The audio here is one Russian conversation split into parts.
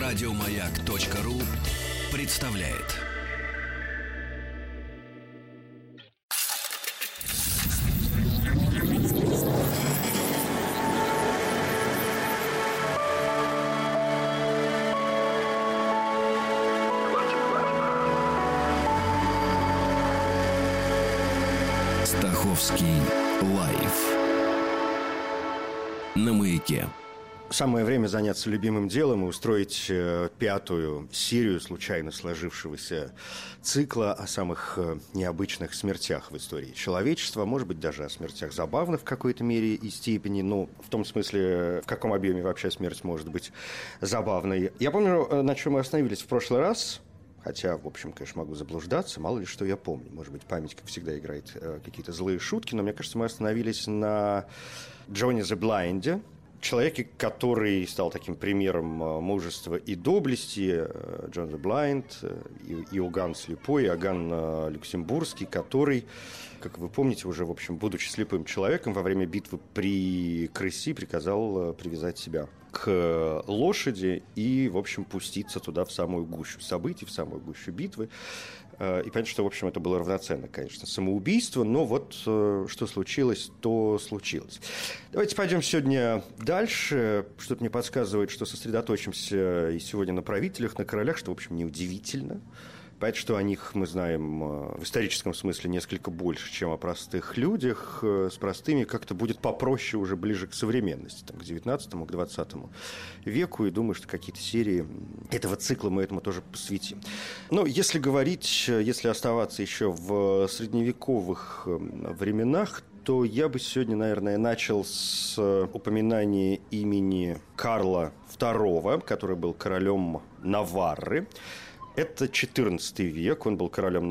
Радиомаяк.ру представляет. Стаховский лайф на Маяке. Самое время заняться любимым делом и устроить пятую серию случайно сложившегося цикла о самых необычных смертях в истории человечества, может быть, даже о смертях забавных в какой-то мере и степени, но в том смысле, в каком объеме вообще смерть может быть забавной. Я помню, на чем мы остановились в прошлый раз. Хотя, в общем, конечно, могу заблуждаться, мало ли что я помню. Может быть, память, как всегда, играет какие-то злые шутки, но мне кажется, мы остановились на Джонни зе Блайнде, человеке, который стал таким примером мужества и доблести. Джон зе Блайнд, Иоганн Слепой, Иоганн Люксембургский, который, как вы помните, уже, в общем, будучи слепым человеком, во время битвы при Кресси приказал привязать себя к лошади и, в общем, пуститься туда в самую гущу событий, в самую гущу битвы. И понятно, что, в общем, это было равноценно, конечно, самоубийству, но вот что случилось, то случилось. Давайте пойдем сегодня дальше. Что-то мне подсказывает, что сосредоточимся и сегодня на правителях, на королях, что, в общем, неудивительно. Понятно, что о них мы знаем в историческом смысле несколько больше, чем о простых людях. С простыми как-то будет попроще уже ближе к современности, там, к 19-му, к 20 веку. И думаю, что какие-то серии этого цикла мы этому тоже посвятим. Но если говорить, если оставаться еще в средневековых временах, то я бы сегодня, наверное, начал с упоминания имени Карла II, который был королем Наварры. Это XIV век, он был королем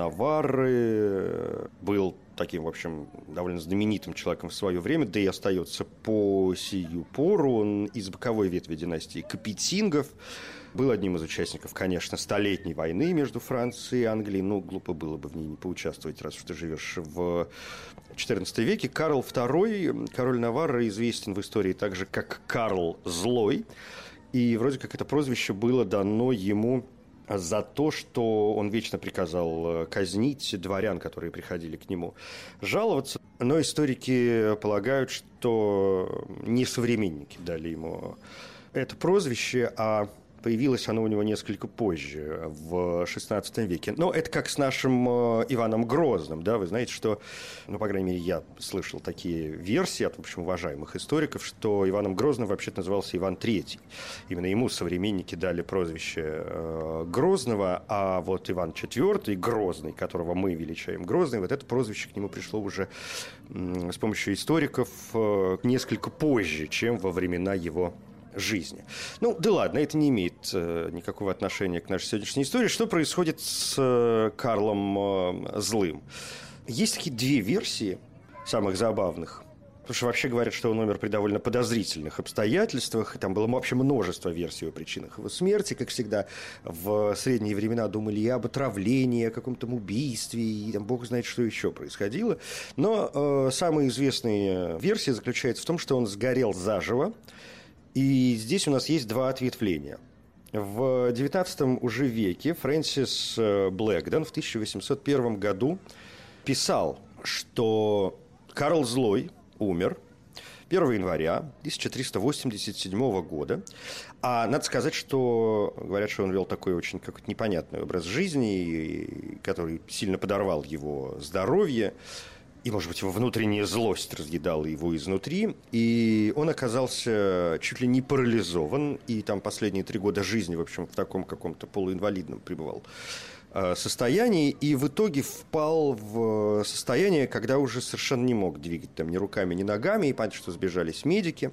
Наварры, был таким, в общем, довольно знаменитым человеком в свое время, да и остается по сию пору. Он из боковой ветви династии Капетингов, был одним из участников, конечно, Столетней войны между Францией и Англией. Ну, глупо было бы в ней не поучаствовать, раз уж ты живешь в XIV веке. Карл II, король Наварры, известен в истории также как Карл Злой. И вроде как это прозвище было дано ему за то, что он вечно приказал казнить дворян, которые приходили к нему жаловаться. Но историки полагают, что не современники дали ему это прозвище, а появилось оно у него несколько позже, в XVI веке. Но это как с нашим Иваном Грозным, да, вы знаете, что, ну, по крайней мере, я слышал такие версии от, в общем, уважаемых историков, что Иваном Грозным вообще-то назывался Иван III. Именно ему современники дали прозвище Грозного, а вот Иван IV, Грозный, которого мы величаем Грозный, вот это прозвище к нему пришло уже с помощью историков несколько позже, чем во времена его жизни. Ну, да ладно, это не имеет никакого отношения к нашей сегодняшней истории. Что происходит с Карлом Злым? Есть такие две версии самых забавных. Потому что вообще говорят, что он умер при довольно подозрительных обстоятельствах. И там было вообще множество версий о причинах его смерти. Как всегда, в средние времена думали и об отравлении, о каком-то убийстве, и там бог знает, что еще происходило. Но самая известная версия заключается в том, что он сгорел заживо. И здесь у нас есть два ответвления. В XIX уже веке Фрэнсис Блэкдон в 1801 году писал, что Карл Злой умер 1 января 1387 года. А надо сказать, что говорят, что он вел такой очень какой-то непонятный образ жизни, который сильно подорвал его здоровье. И, может быть, его внутренняя злость разъедала его изнутри. И он оказался чуть ли не парализован. И там последние 3 года жизни, в общем, в таком каком-то полуинвалидном пребывал состоянии. И в итоге впал в состояние, когда уже совершенно не мог двигать там ни руками, ни ногами. И понятно, что сбежались медики.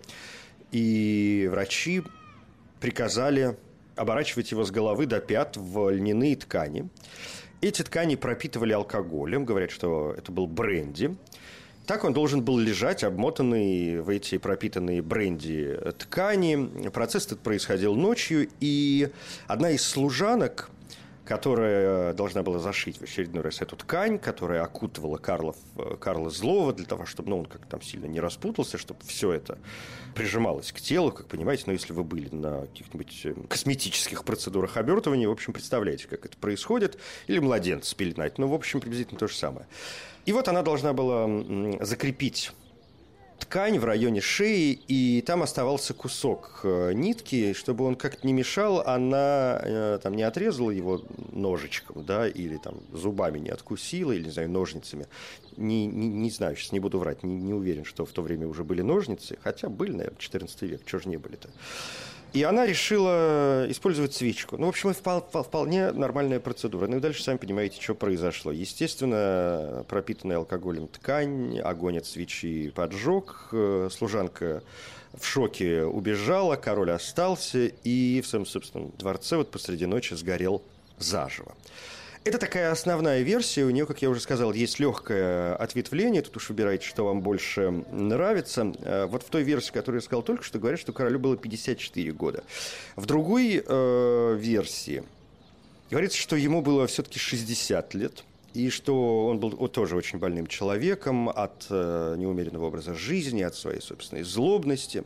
И врачи приказали оборачивать его с головы до пят в льняные ткани. Эти ткани пропитывали алкоголем, говорят, что это был бренди. Так он должен был лежать, обмотанный в эти пропитанные бренди ткани. Процесс этот происходил ночью, и одна из служанок, которая должна была зашить в очередной раз эту ткань, которая окутывала Карла Злого, для того, чтобы он как-то там сильно не распутался, чтобы все это прижималась к телу, как понимаете, но если вы были на каких-нибудь косметических процедурах обертывания, в общем, представляете, как это происходит, или младенца спеленать, в общем, приблизительно то же самое. И вот она должна была закрепить ткань в районе шеи, и там оставался кусок нитки, чтобы он как-то не мешал, она там не отрезала его ножичком, да, или там зубами не откусила, или, не знаю, ножницами. Не знаю, сейчас не буду врать, не уверен, что в то время уже были ножницы, хотя были, наверное, 14 век, чего же не были-то. И она решила использовать свечку. В общем, это вполне нормальная процедура. И дальше сами понимаете, что произошло. Естественно, пропитанная алкоголем ткань, огонь от свечи поджег, служанка в шоке убежала, король остался и в своем собственном дворце посреди ночи сгорел заживо. Это такая основная версия. У нее, как я уже сказал, есть легкое ответвление. Тут уж выбирайте, что вам больше нравится. Вот в той версии, которую я сказал только что, говорят, что королю было 54 года. В другой версии говорится, что ему было все-таки 60 лет. И что он был тоже очень больным человеком от неумеренного образа жизни, от своей собственной злобности.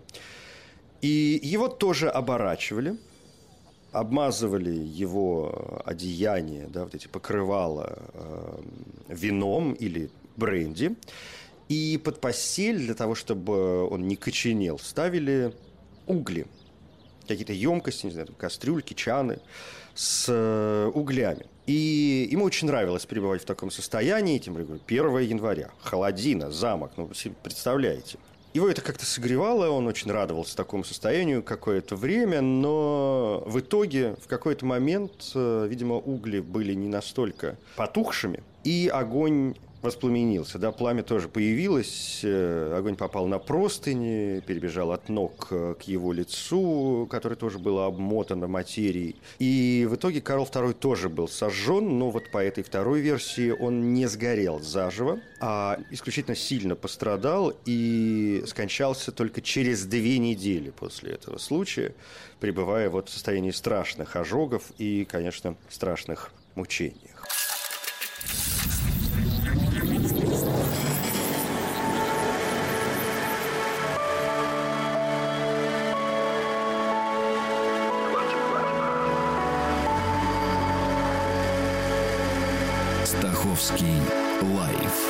И его тоже оборачивали. Обмазывали его одеяние, да, вот эти покрывала вином или бренди. И под постель, для того, чтобы он не коченел, ставили угли. Какие-то емкости, не знаю, кастрюльки, чаны с углями. И ему очень нравилось пребывать в таком состоянии. Тем более, 1 января, холодина, замок, вы себе представляете. Его это как-то согревало, он очень радовался такому состоянию какое-то время, но в итоге в какой-то момент, видимо, угли были не настолько потухшими, и огонь воспламенился, да, пламя тоже появилось, огонь попал на простыни, перебежал от ног к его лицу, которое тоже было обмотано материей. И в итоге Карл II тоже был сожжен, но вот по этой второй версии он не сгорел заживо, а исключительно сильно пострадал и скончался только через 2 недели после этого случая, пребывая в состоянии страшных ожогов и, конечно, страшных мучениях. Стаховский лайф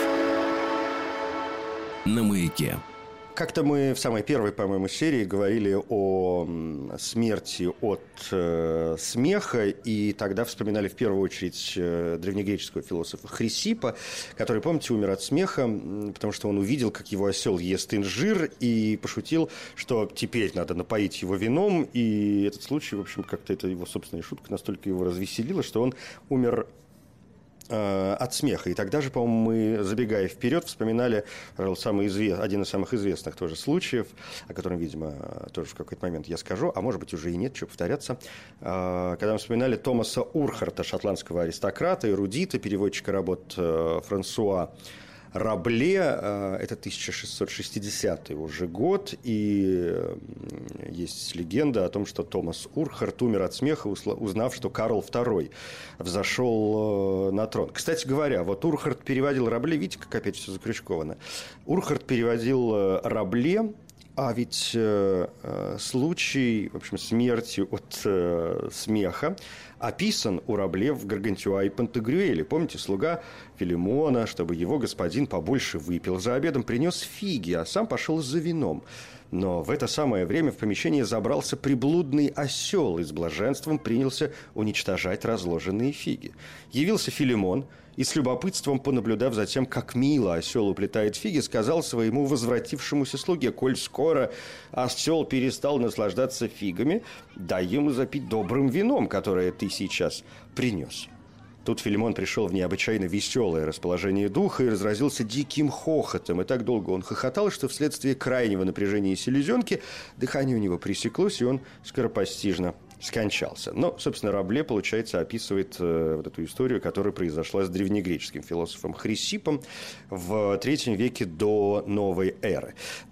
на Маяке. Как-то мы в самой первой, по-моему, серии говорили о смерти от смеха, и тогда вспоминали в первую очередь древнегреческого философа Хрисиппа, который, помните, умер от смеха, потому что он увидел, как его осел ест инжир, и пошутил, что теперь надо напоить его вином, и этот случай, в общем, как-то это его собственная шутка настолько его развеселила, что он умер от смеха. И тогда же, по-моему, мы, забегая вперед, вспоминали один из самых известных тоже случаев, о котором, видимо, тоже в какой-то момент я скажу, а может быть уже и нет, что повторяться, когда мы вспоминали Томаса Урхарта, шотландского аристократа, эрудита, переводчика работ Франсуа Рабле, это 1660 уже год, и есть легенда о том, что Томас Урхарт умер от смеха, узнав, что Карл II взошел на трон. Кстати говоря, Урхарт переводил Рабле, видите, как опять все закрючковано. Урхарт переводил Рабле, а ведь случай, в общем, смерти от смеха описан у Рабле в Гаргантюа и Пантагрюэле. Помните, слуга Филимона, чтобы его господин побольше выпил за обедом, принес фиги, а сам пошел за вином. Но в это самое время в помещение забрался приблудный осел и с блаженством принялся уничтожать разложенные фиги. Явился Филимон и с любопытством, понаблюдав за тем, как мило осел уплетает фиги, сказал своему возвратившемуся слуге: «Коль скоро осел перестал наслаждаться фигами, дай ему запить добрым вином, которое ты сейчас принес». Тут Филимон пришел в необычайно веселое расположение духа и разразился диким хохотом. И так долго он хохотал, что вследствие крайнего напряжения селезенки дыхание у него пресеклось, и он скоропостижно скончался. Но, собственно, Рабле, получается, описывает вот эту историю, которая произошла с древнегреческим философом Хрисиппом в III веке до новой эры.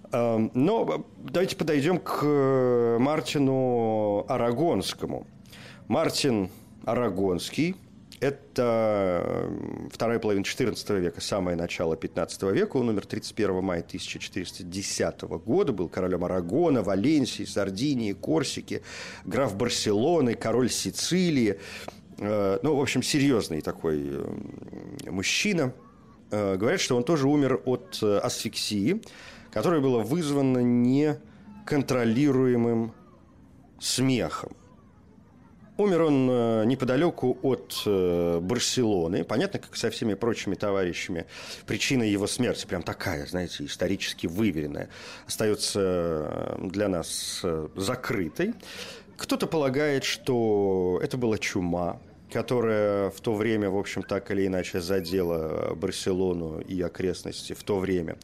Но давайте подойдем к Мартину Арагонскому. Мартин Арагонский Это вторая половина XIV века, самое начало XV века. Он умер 31 мая 1410 года, был королем Арагона, Валенсии, Сардинии, Корсики, граф Барселоны, король Сицилии. Ну, в общем, серьезный такой мужчина. Говорят, что он тоже умер от асфиксии, которая была вызвана неконтролируемым смехом. Умер он неподалеку от Барселоны. Понятно, как со всеми прочими товарищами, причина его смерти прям такая, знаете, исторически выверенная, остается для нас закрытой. Кто-то полагает, что это была чума, которая в то время, в общем, так или иначе задела Барселону и окрестности в то время.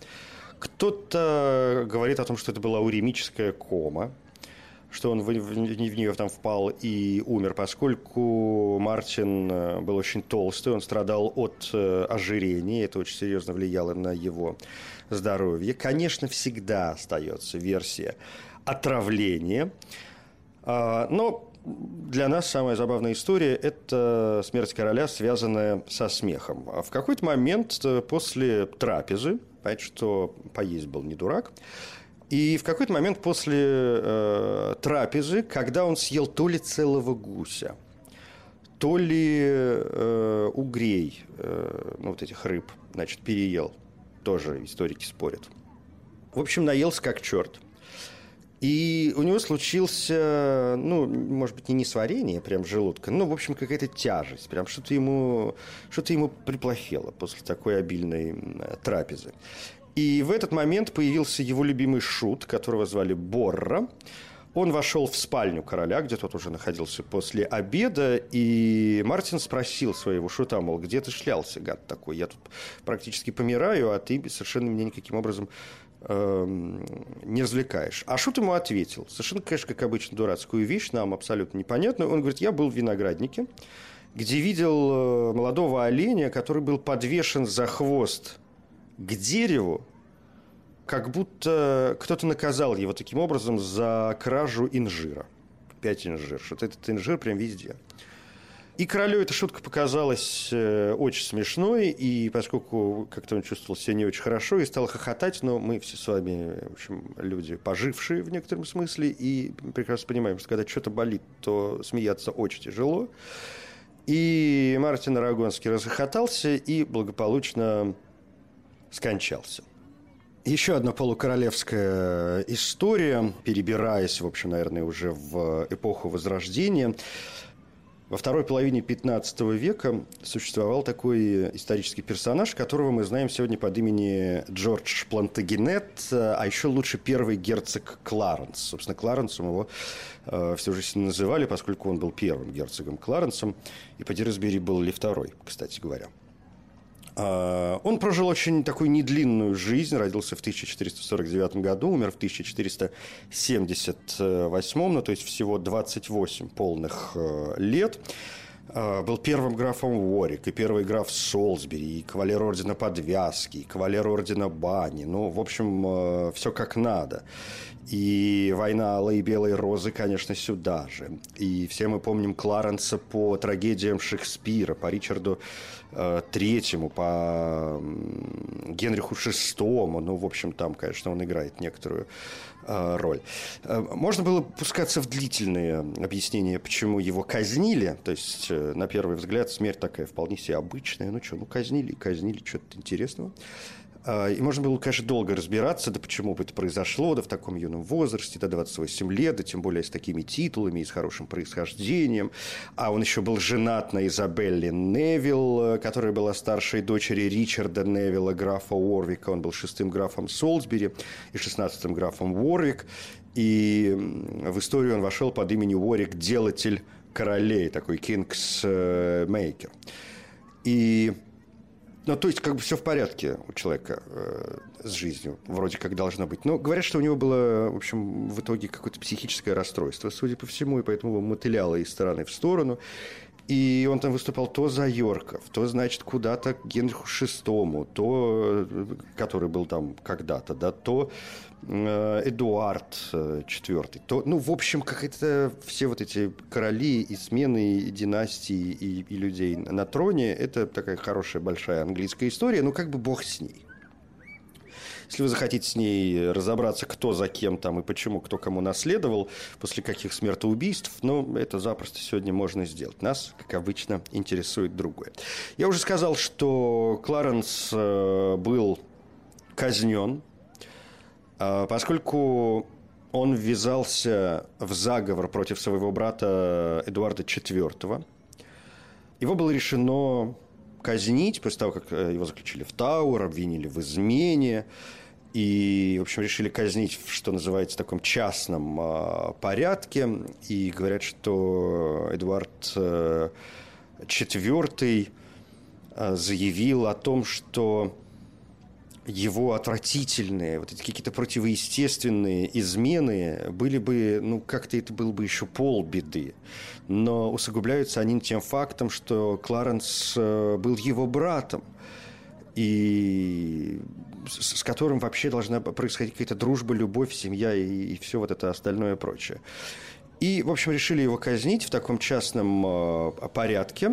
Кто-то говорит о том, что это была уремическая кома, что он в нее там впал и умер, поскольку Мартин был очень толстый, он страдал от ожирения, это очень серьезно влияло на его здоровье. Конечно, всегда остается версия отравления, но для нас самая забавная история – это смерть короля, связанная со смехом. В какой-то момент после трапезы, понятно, что поесть был не дурак, и в какой-то момент после трапезы, когда он съел то ли целого гуся, то ли угрей, ну, вот этих рыб, значит, переел, тоже историки спорят. В общем, наелся как черт. И у него случился, ну, может быть, не несварение прям желудка, но, в общем, какая-то тяжесть. Прям что-то ему приплохело после такой обильной трапезы. И в этот момент появился его любимый шут, которого звали Борро. Он вошел в спальню короля, где тот уже находился после обеда, и Мартин спросил своего шута, мол, где ты шлялся, гад такой? Я тут практически помираю, а ты совершенно меня никаким образом не развлекаешь. А шут ему ответил, совершенно, конечно, как обычно, дурацкую вещь, нам абсолютно непонятную. Он говорит, я был в винограднике, где видел молодого оленя, который был подвешен за хвост к дереву, как будто кто-то наказал его таким образом за кражу инжира. 5 инжир. Что-то этот инжир прям везде. И королю эта шутка показалась очень смешной, и поскольку как-то он чувствовал себя не очень хорошо и стал хохотать, но мы все с вами, в общем, люди, пожившие в некотором смысле, и прекрасно понимаем, что когда что-то болит, то смеяться очень тяжело. И Мартин Арагонский расхохотался и благополучно скончался. Еще одна полукоролевская история, перебираясь, в общем, наверное, уже в эпоху Возрождения. Во второй половине XV века существовал такой исторический персонаж, которого мы знаем сегодня под именем Джордж Плантагенет, а еще лучше первый герцог Кларенс. Собственно, Кларенсом его всю жизнь называли, поскольку он был первым герцогом Кларенсом, и поди разбери, был ли второй, кстати говоря. Он прожил очень такую недлинную жизнь, родился в 1449 году, умер в 1478, ну, то есть всего 28 полных лет. Был первым графом Уорик, и первый граф Солсбери, и кавалер ордена Подвязки, и кавалер ордена Бани. Ну, в общем, все как надо. И «Война алой и белой розы», конечно, сюда же. И все мы помним Кларенса по трагедиям Шекспира, по Ричарду Третьему, по Генриху VI. Ну, в общем, там, конечно, он играет некоторую роль. Можно было пускаться в длительные объяснения, почему его казнили. То есть, на первый взгляд, смерть такая вполне себе обычная. Ну что, ну казнили, что-то интересного. И можно было, конечно, долго разбираться, да почему бы это произошло, да в таком юном возрасте, да 28 лет, да тем более с такими титулами и с хорошим происхождением. А он еще был женат на Изабелле Невилл, которая была старшей дочерью Ричарда Невилла, графа Уорвика. Он был 6-м графом Солсбери и 16-м графом Уорвик. И в историю он вошел под именем Уорик, делатель королей, такой Kingsmaker. И... Ну, то есть, как бы все в порядке у человека с жизнью, вроде как должно быть. Но говорят, что у него было, в общем, в итоге какое-то психическое расстройство, судя по всему, и поэтому его мотыляло из стороны в сторону. И он там выступал то за Йорков, то, значит, куда-то к Генриху VI, то, который был там когда-то, да, то Эдуард IV, то, ну, в общем, как-то все вот эти короли и смены и династии и людей на троне, это такая хорошая большая английская история, ну, как бы бог с ней. Если вы захотите с ней разобраться, кто за кем там и почему, кто кому наследовал, после каких смертоубийств, ну, это запросто сегодня можно сделать. Нас, как обычно, интересует другое. Я уже сказал, что Кларенс был казнен, поскольку он ввязался в заговор против своего брата Эдуарда IV. Его было решено казнить после того, как его заключили в Тауэр, обвинили в измене. И, в общем, решили казнить, что называется, в таком частном порядке. И говорят, что Эдуард IV заявил о том, что его отвратительные, вот эти какие-то противоестественные измены были бы, ну, как-то это было бы еще полбеды. Но усугубляются они тем фактом, что Кларенс был его братом, и с которым вообще должна происходить какая-то дружба, любовь, семья и все вот это остальное прочее. И, в общем, решили его казнить в таком частном порядке.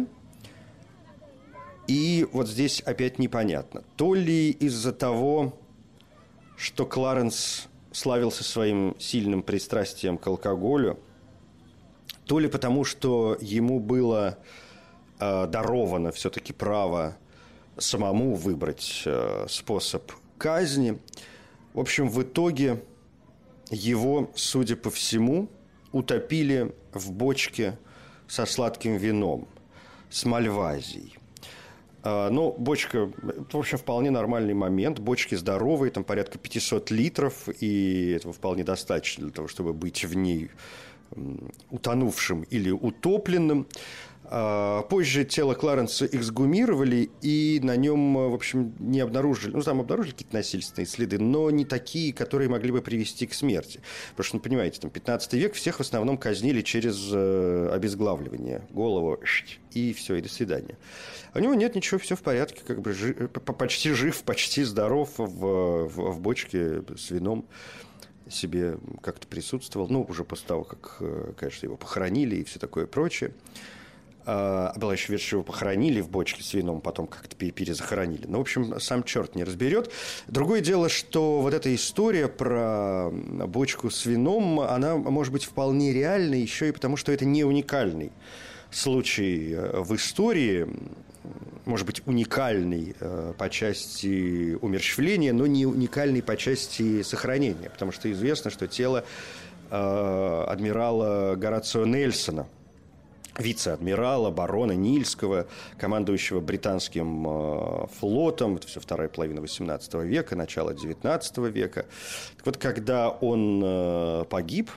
И вот здесь опять непонятно, то ли из-за того, что Кларенс славился своим сильным пристрастием к алкоголю, то ли потому, что ему было даровано все-таки право самому выбрать способ казни. В общем, в итоге его, судя по всему, утопили в бочке со сладким вином, с мальвазией. Ну, бочка, в общем, вполне нормальный момент. Бочки здоровые, там порядка 500 литров, и этого вполне достаточно для того, чтобы быть в ней утонувшим или утопленным. Позже тело Кларенса эксгумировали, и на нем, в общем, не обнаружили, ну, там обнаружили какие-то насильственные следы, но не такие, которые могли бы привести к смерти. Потому что, ну, понимаете, там 15 век всех в основном казнили через обезглавливание, голову, и все, и до свидания. А у него нет ничего, все в порядке, как бы почти жив, почти здоров, в бочке с вином себе как-то присутствовал. Ну, уже после того, как, конечно, его похоронили и все такое прочее. Была еще версия, что его похоронили в бочке с вином, потом как-то перезахоронили. Ну, в общем, сам черт не разберет. Другое дело, что вот эта история про бочку с вином, она может быть вполне реальной еще и потому, что это не уникальный случай в истории, может быть, уникальный по части умерщвления, но не уникальный по части сохранения, потому что известно, что тело адмирала Горацио Нельсона, вице-адмирала, барона Нильского, командующего британским флотом, это все вторая половина XVIII века, начало XIX века. Так вот, когда он погиб,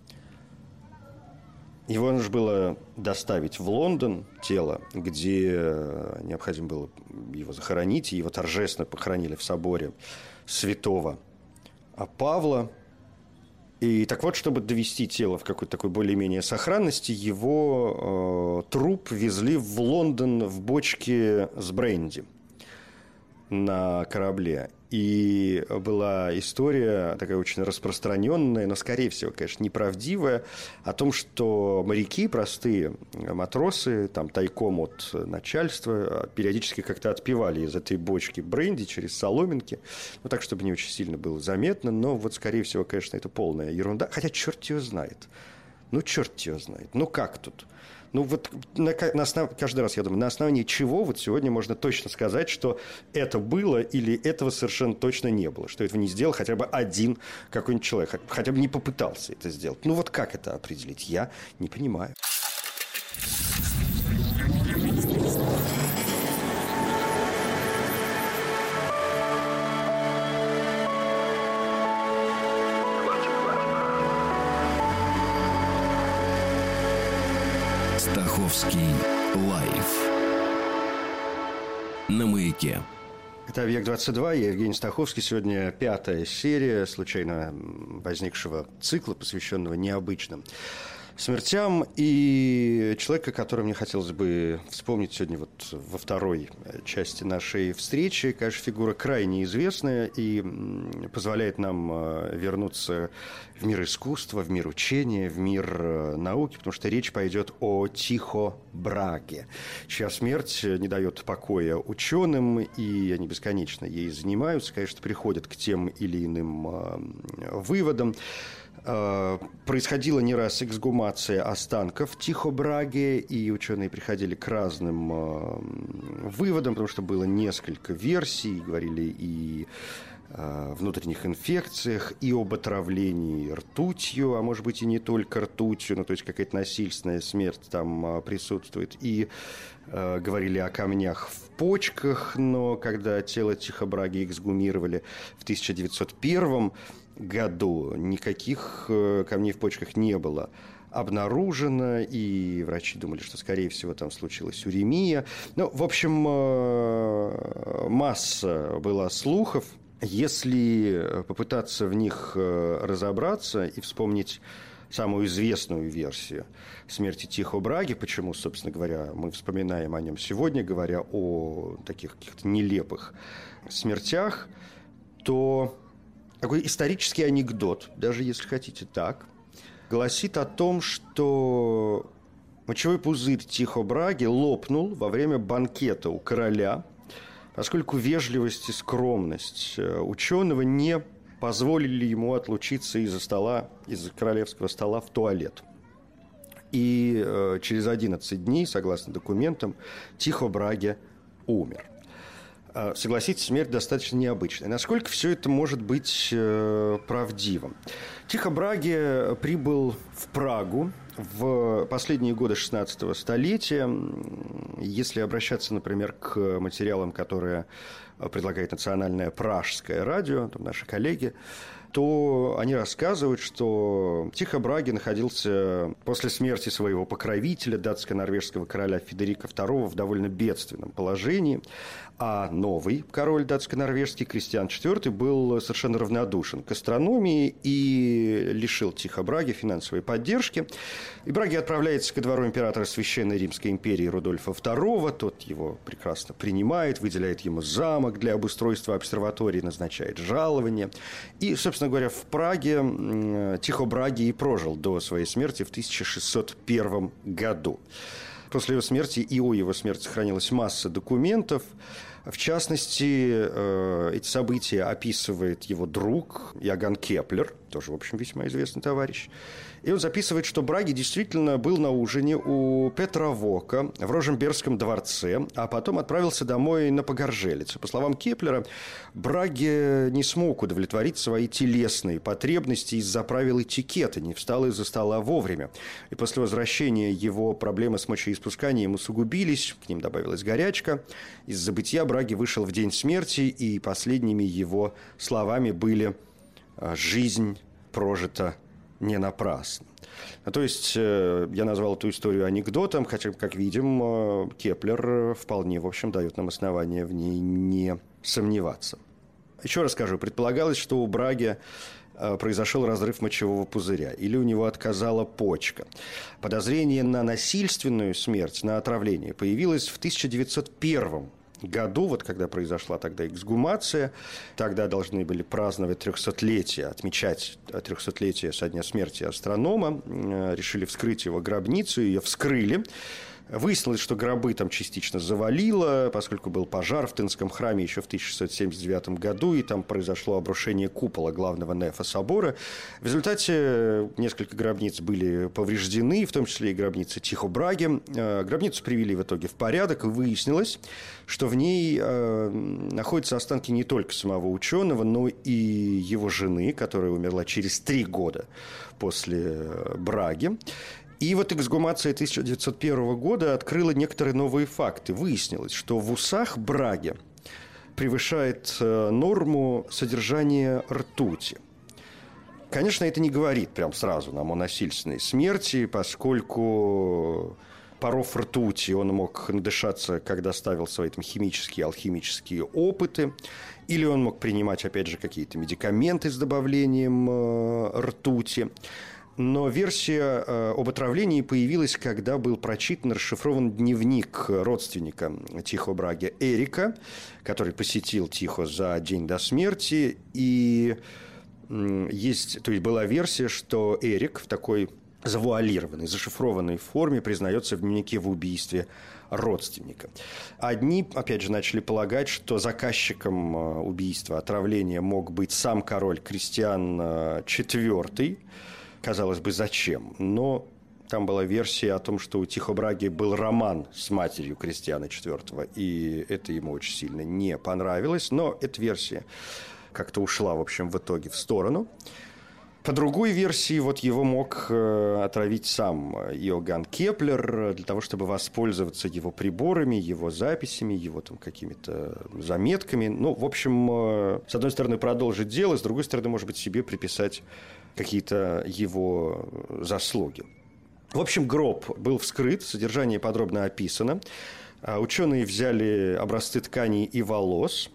его нужно было доставить в Лондон, тело, где необходимо было его захоронить, и его торжественно похоронили в соборе святого Павла. И так вот, чтобы довести тело в какой-то такой более-менее сохранности, его труп везли в Лондон в бочке с бренди на корабле. И была история такая очень распространенная, но, скорее всего, конечно, неправдивая, о том, что моряки, простые матросы, там, тайком от начальства, периодически как-то отпивали из этой бочки бренди через соломинки, ну, так, чтобы не очень сильно было заметно, но вот, скорее всего, конечно, это полная ерунда, хотя черт его знает. Ну, черт его знает. Ну, как тут? Ну, вот каждый раз я думаю, на основании чего вот сегодня можно точно сказать, что это было или этого совершенно точно не было, что этого не сделал хотя бы один какой-нибудь человек, хотя бы не попытался это сделать. Ну, вот как это определить? Я не понимаю. Стаховский лайф на Маяке. Это «Век-22», я Евгений Стаховский. Сегодня 5-я серия случайно возникшего цикла, посвященного необычным смертям. И человека, которого мне хотелось бы вспомнить сегодня вот во второй части нашей встречи, конечно, фигура крайне известная и позволяет нам вернуться в мир искусства, в мир учения, в мир науки, потому что речь пойдет о Тихо Браге, чья смерть не дает покоя ученым, и они бесконечно ей занимаются, конечно, приходят к тем или иным выводам. Происходила не раз эксгумация останков Тихо Браге, и ученые приходили к разным выводам, потому что было несколько версий, говорили и о внутренних инфекциях, и об отравлении ртутью, а может быть и не только ртутью, ну, то есть какая-то насильственная смерть там присутствует, и говорили о камнях в почках, но когда тело Тихо Браге эксгумировали в 1901 году, никаких камней в почках не было обнаружено, и врачи думали, что, скорее всего, там случилась уремия. Ну, в общем, масса была слухов. Если попытаться в них разобраться и вспомнить самую известную версию смерти Тихо Браге, почему, собственно говоря, мы вспоминаем о нем сегодня, говоря о таких каких-то нелепых смертях, то такой исторический анекдот, даже если хотите так, гласит о том, что мочевой пузырь Тихо Браге лопнул во время банкета у короля, поскольку вежливость и скромность ученого не позволили ему отлучиться из-за стола, из-за королевского стола в туалет. И через 11 дней, согласно документам, Тихо Браге умер. Согласитесь, смерть достаточно необычная. Насколько все это может быть правдивым? Тихо Браге прибыл в Прагу в последние годы 16 столетия. Если обращаться, например, к материалам, которые предлагает Национальное пражское радио, там наши коллеги, то они рассказывают, что Тихо Браге находился после смерти своего покровителя, датско-норвежского короля Федерика II, в довольно бедственном положении, а новый король датско-норвежский, Кристиан IV, был совершенно равнодушен к астрономии и лишил Тихо Браге финансовой поддержки. И Браге отправляется ко двору императора Священной Римской империи Рудольфа II, тот его прекрасно принимает, выделяет ему замок для обустройства обсерватории, назначает жалование. И, собственно говоря, в Праге Тихо Браге и прожил до своей смерти в 1601 году. После его смерти и о его смерти сохранилась масса документов. В частности, эти события описывает его друг Иоганн Кеплер, тоже, в общем, весьма известный товарищ. И он записывает, что Браге действительно был на ужине у Петра Вока в Рожембергском дворце, а потом отправился домой на Погоржелице. По словам Кеплера, Браге не смог удовлетворить свои телесные потребности из-за правил этикета, не встал из-за стола вовремя. И после возвращения его проблемы с мочеиспусканием усугубились, к ним добавилась горячка. Из забытья Браге вышел в день смерти, и последними его словами были «жизнь прожита не напрасно». То есть я назвал эту историю анекдотом, хотя, как видим, Кеплер вполне, в общем, дает нам основания в ней не сомневаться. Еще раз скажу, предполагалось, что у Браге произошел разрыв мочевого пузыря или у него отказала почка. Подозрение на насильственную смерть, на отравление появилось в 1901 году, вот когда произошла тогда эксгумация, тогда должны были праздновать 300-летие, отмечать 300-летие со дня смерти астронома, решили вскрыть его гробницу, ее вскрыли. Выяснилось, что гробы там частично завалило, поскольку был пожар в Тынском храме еще в 1679 году, и там произошло обрушение купола главного нефа собора. В результате несколько гробниц были повреждены, в том числе и гробница Тихо Браге. Гробницу привели в итоге в порядок, и выяснилось, что в ней находятся останки не только самого ученого, но и его жены, которая умерла через 3 года после Браге. И вот эксгумация 1901 года открыла некоторые новые факты. Выяснилось, что в усах Браге превышает норму содержания ртути. Конечно, это не говорит прям сразу нам о насильственной смерти, поскольку паров ртути он мог надышаться, когда ставил свои там химические, алхимические опыты, или он мог принимать, опять же, какие-то медикаменты с добавлением ртути. Но версия об отравлении появилась, когда был прочитан, расшифрован дневник родственника Тихо Браги Эрика, который посетил Тихо за день до смерти. И то есть была версия, что Эрик в такой завуалированной, зашифрованной форме признается в дневнике в убийстве родственника. Одни, опять же, начали полагать, что заказчиком убийства, отравления мог быть сам король Кристиан IV. Казалось бы, зачем? Но там была версия о том, что у Тихо Браги был роман с матерью Кристиана IV, и это ему очень сильно не понравилось. Но эта версия как-то ушла, в общем, в итоге в сторону. По другой версии, вот его мог отравить сам Иоганн Кеплер для того, чтобы воспользоваться его приборами, его записями, его там какими-то заметками. Ну, в общем, с одной стороны, продолжить дело, с другой стороны, может быть, себе приписать какие-то его заслуги. В общем, гроб был вскрыт, содержание подробно описано. Ученые взяли образцы тканей и волос.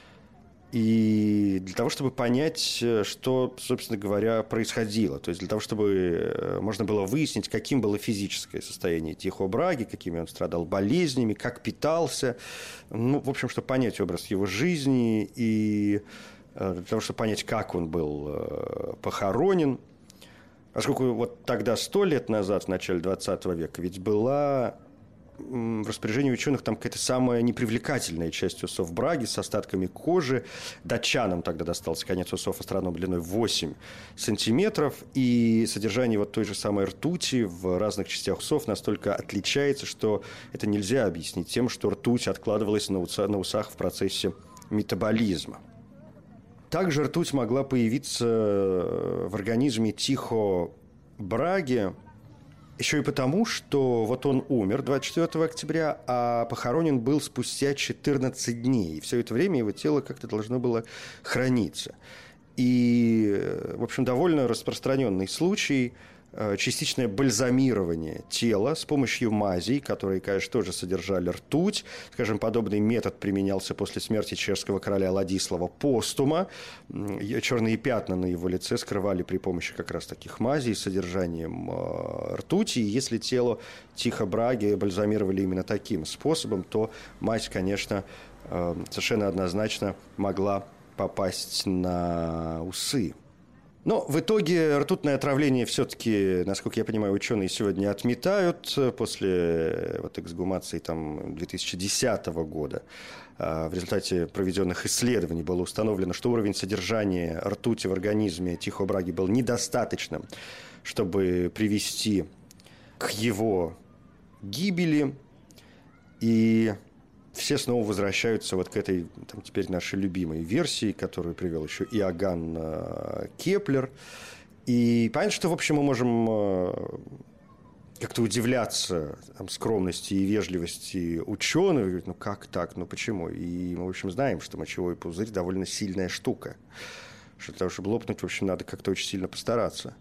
И для того, чтобы понять, что, собственно говоря, происходило. То есть для того, чтобы можно было выяснить, каким было физическое состояние Тихо Браги, какими он страдал болезнями, как питался. Ну, в общем, чтобы понять образ его жизни и для того, чтобы понять, как он был похоронен. Поскольку вот тогда, 100 лет назад, в начале 20 века, ведь была в распоряжении ученых там какая-то самая непривлекательная часть усов Браги с остатками кожи. Датчанам тогда достался конец усов астронома длиной 8 сантиметров. И содержание вот той же самой ртути в разных частях усов настолько отличается, что это нельзя объяснить тем, что ртуть откладывалась на усах в процессе метаболизма. Также ртуть могла появиться в организме Тихо Браги еще и потому, что вот он умер 24 октября, а похоронен был спустя 14 дней. И все это время его тело как-то должно было храниться. И, в общем, довольно распространенный случай – частичное бальзамирование тела с помощью мазей, которые, конечно, тоже содержали ртуть. Скажем, подобный метод применялся после смерти чешского короля Ладислава Постума. Черные пятна на его лице скрывали при помощи как раз таких мазей с содержанием ртути. И если тело Тихо Браги бальзамировали именно таким способом, то мазь, конечно, совершенно однозначно могла попасть на усы. Но в итоге ртутное отравление все-таки, насколько я понимаю, ученые сегодня отметают. После вот эксгумации там 2010 года в результате проведенных исследований было установлено, что уровень содержания ртути в организме Тихо Браги был недостаточным, чтобы привести к его гибели. И все снова возвращаются вот к этой, там, теперь нашей любимой версии, которую привел еще Иоганн Кеплер. И понятно, что, в общем, мы можем как-то удивляться там, скромности и вежливости ученых. Говорить, ну как так, ну почему? И мы, в общем, знаем, что мочевой пузырь довольно сильная штука. Что для того, чтобы лопнуть, в общем, надо как-то очень сильно постараться.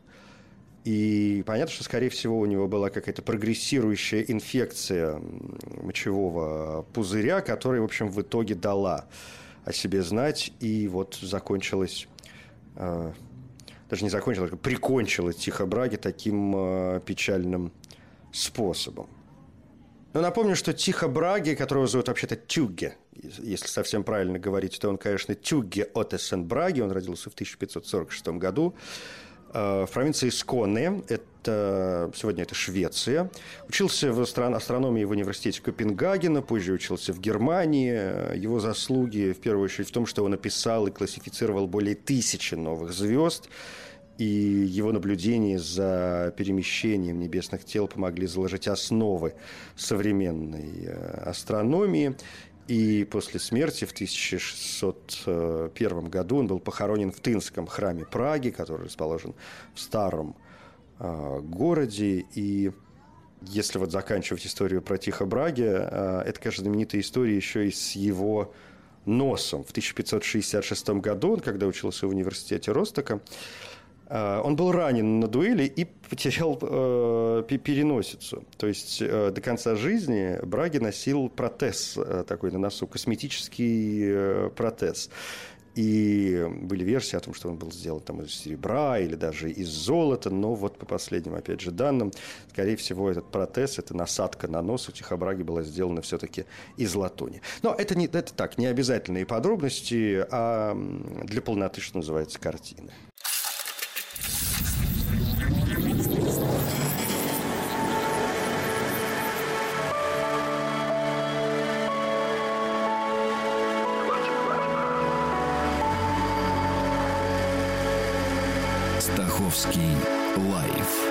И понятно, что, скорее всего, у него была какая-то прогрессирующая инфекция мочевого пузыря, которая, в общем, в итоге дала о себе знать. И вот закончилась, даже не закончилась, а прикончила Тихо Браги таким печальным способом. Но напомню, что Тихо Браги, которого зовут вообще-то Тюгге, если совсем правильно говорить, то он, конечно, Тюгге Оттесен Браги, он родился в 1546 году. В провинции Сконе, сегодня это Швеция. Учился в астрономии в университете Копенгагена, позже учился в Германии. Его заслуги, в первую очередь, в том, что он описал и классифицировал более 1000 новых звезд. И его наблюдения за перемещением небесных тел помогли заложить основы современной астрономии. И после смерти в 1601 году он был похоронен в Тынском храме Праги, который расположен в старом городе. И если вот заканчивать историю про Тихо Браги, это, конечно, знаменитая история еще и с его носом. В 1566 году, когда учился в университете Ростока, он был ранен на дуэли и потерял переносицу. То есть до конца жизни Браги носил протез такой на носу, косметический протез. И были версии о том, что он был сделан там из серебра или даже из золота. Но вот по последним, опять же, данным, скорее всего, этот протез, эта насадка на нос у Тихо Браги была сделана все-таки из латуни. Но это так, не обязательные подробности, а для полноты, что называется, картины. Стаховский лайф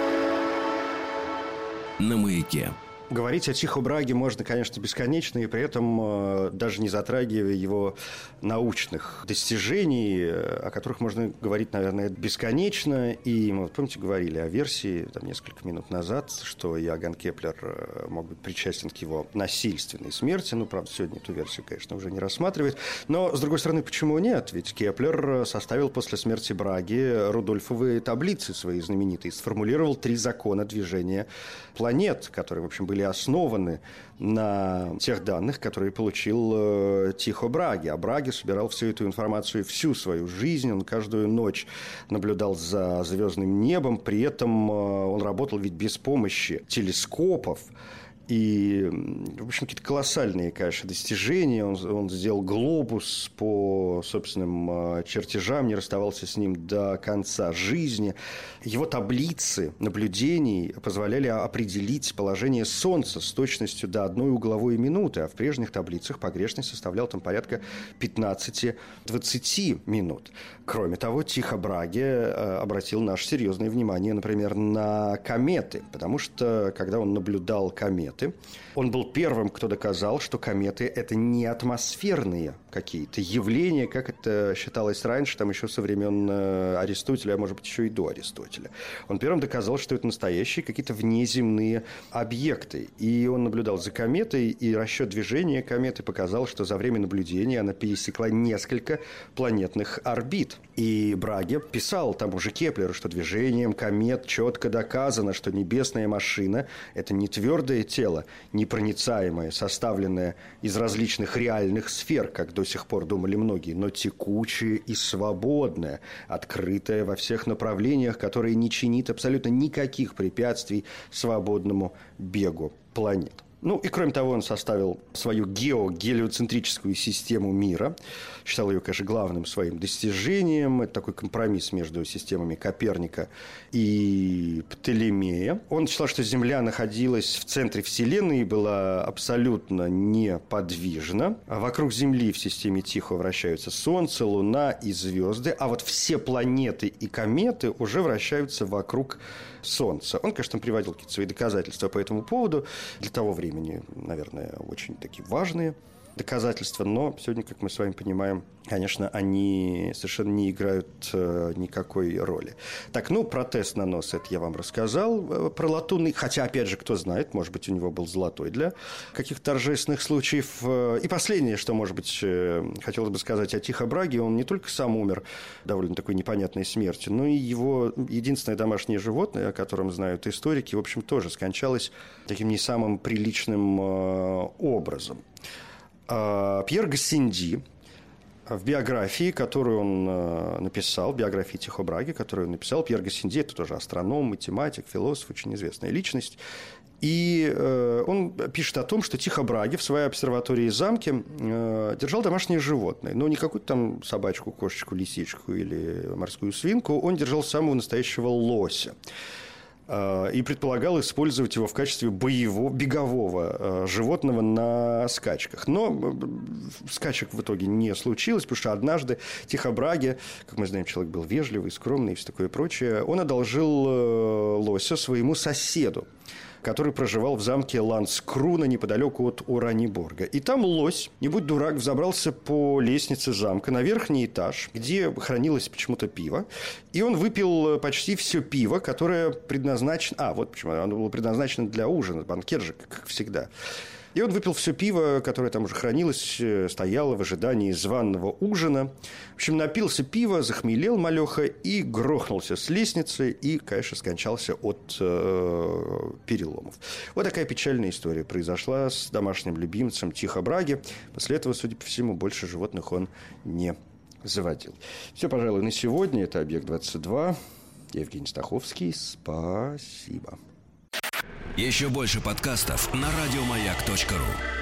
на Маяке. Говорить о Тихо Браге можно, конечно, бесконечно, и при этом даже не затрагивая его научных достижений, о которых можно говорить, наверное, бесконечно. И мы, помните, говорили о версии там, несколько минут назад, что Иоганн Кеплер мог быть причастен к его насильственной смерти. Ну, правда, сегодня эту версию, конечно, уже не рассматривают. Но, с другой стороны, почему нет? Ведь Кеплер составил после смерти Браги Рудольфовые таблицы свои знаменитые, сформулировал 3 закона движения планет, которые, в общем, были основаны на тех данных, которые получил Тихо Браги. А Браги собирал всю эту информацию всю свою жизнь. Он каждую ночь наблюдал за звездным небом. При этом он работал ведь без помощи телескопов. И, в общем, какие-то колоссальные, конечно, достижения. Он сделал глобус по собственным чертежам, не расставался с ним до конца жизни. Его таблицы наблюдений позволяли определить положение Солнца с точностью до 1 угловой минуты, а в прежних таблицах погрешность составляла там порядка 15-20 минут. Кроме того, Тихо Браги обратил наше серьезное внимание, например, на кометы, потому что, когда он наблюдал кометы, он был первым, кто доказал, что кометы – это не атмосферные какие-то явления, как это считалось раньше, там еще со времен Аристотеля, а может быть, еще и до Аристотеля. Он первым доказал, что это настоящие какие-то внеземные объекты. И он наблюдал за кометой, и расчет движения кометы показал, что за время наблюдения она пересекла несколько планетных орбит. И Браги писал тому же Кеплеру, что движением комет четко доказано, что небесная машина – это не твердое тело, непроницаемое, составленное из различных реальных сфер, как до сих пор думали многие, но текучее и свободное, открытое во всех направлениях, которое не чинит абсолютно никаких препятствий свободному бегу планет. Ну и кроме того, он составил свою гелиоцентрическую систему мира. Считал ее, конечно, главным своим достижением. Это такой компромисс между системами Коперника и Птолемея. Он считал, что Земля находилась в центре Вселенной и была абсолютно неподвижна. А вокруг Земли в системе Тихо вращаются Солнце, Луна и звезды. А вот все планеты и кометы уже вращаются вокруг Солнца. Он, конечно, приводил какие-то свои доказательства по этому поводу. Для того времени, наверное, очень такие важные доказательства. Но сегодня, как мы с вами понимаем, конечно, они совершенно не играют никакой роли. Так, ну, протез на нос, это я вам рассказал про латунный. Хотя, опять же, кто знает, может быть, у него был золотой для каких-то торжественных случаев. И последнее, что, может быть, хотелось бы сказать о Тихо Браге. Он не только сам умер довольно такой непонятной смертью, но и его единственное домашнее животное, о котором знают историки, в общем, тоже скончалось таким не самым приличным образом. Пьер Гассенди в биографии, которую он написал, биографии Тихо Браги, которую он написал, Пьер Гассенди – это тоже астроном, математик, философ, очень известная личность. И он пишет о том, что Тихо Браги в своей обсерватории и замке держал домашнее животное. Но не какую-то там собачку, кошечку, лисичку или морскую свинку. Он держал самого настоящего лося. И предполагал использовать его в качестве бегового животного на скачках. Но скачек в итоге не случилось, потому что однажды Тихо Браги, как мы знаем, человек был вежливый, скромный и все такое прочее, он одолжил лося своему соседу, который проживал в замке Ландскруна неподалеку от Ураниборга. И там лось, не будь дурак, взобрался по лестнице замка на верхний этаж, где хранилось почему-то пиво. И он выпил почти все пиво, которое предназначено... вот почему. Оно было предназначено для ужина, банкет же, как всегда. И он выпил все пиво, которое там уже хранилось, стояло в ожидании званого ужина. В общем, напился пива, захмелел малеха и грохнулся с лестницы. И, конечно, скончался от переломов. Вот такая печальная история произошла с домашним любимцем Тихо Браги. После этого, судя по всему, больше животных он не заводил. Все, пожалуй, на сегодня. Это «Объект-22». Евгений Стаховский. Спасибо. Еще больше подкастов на радиомаяк.ру.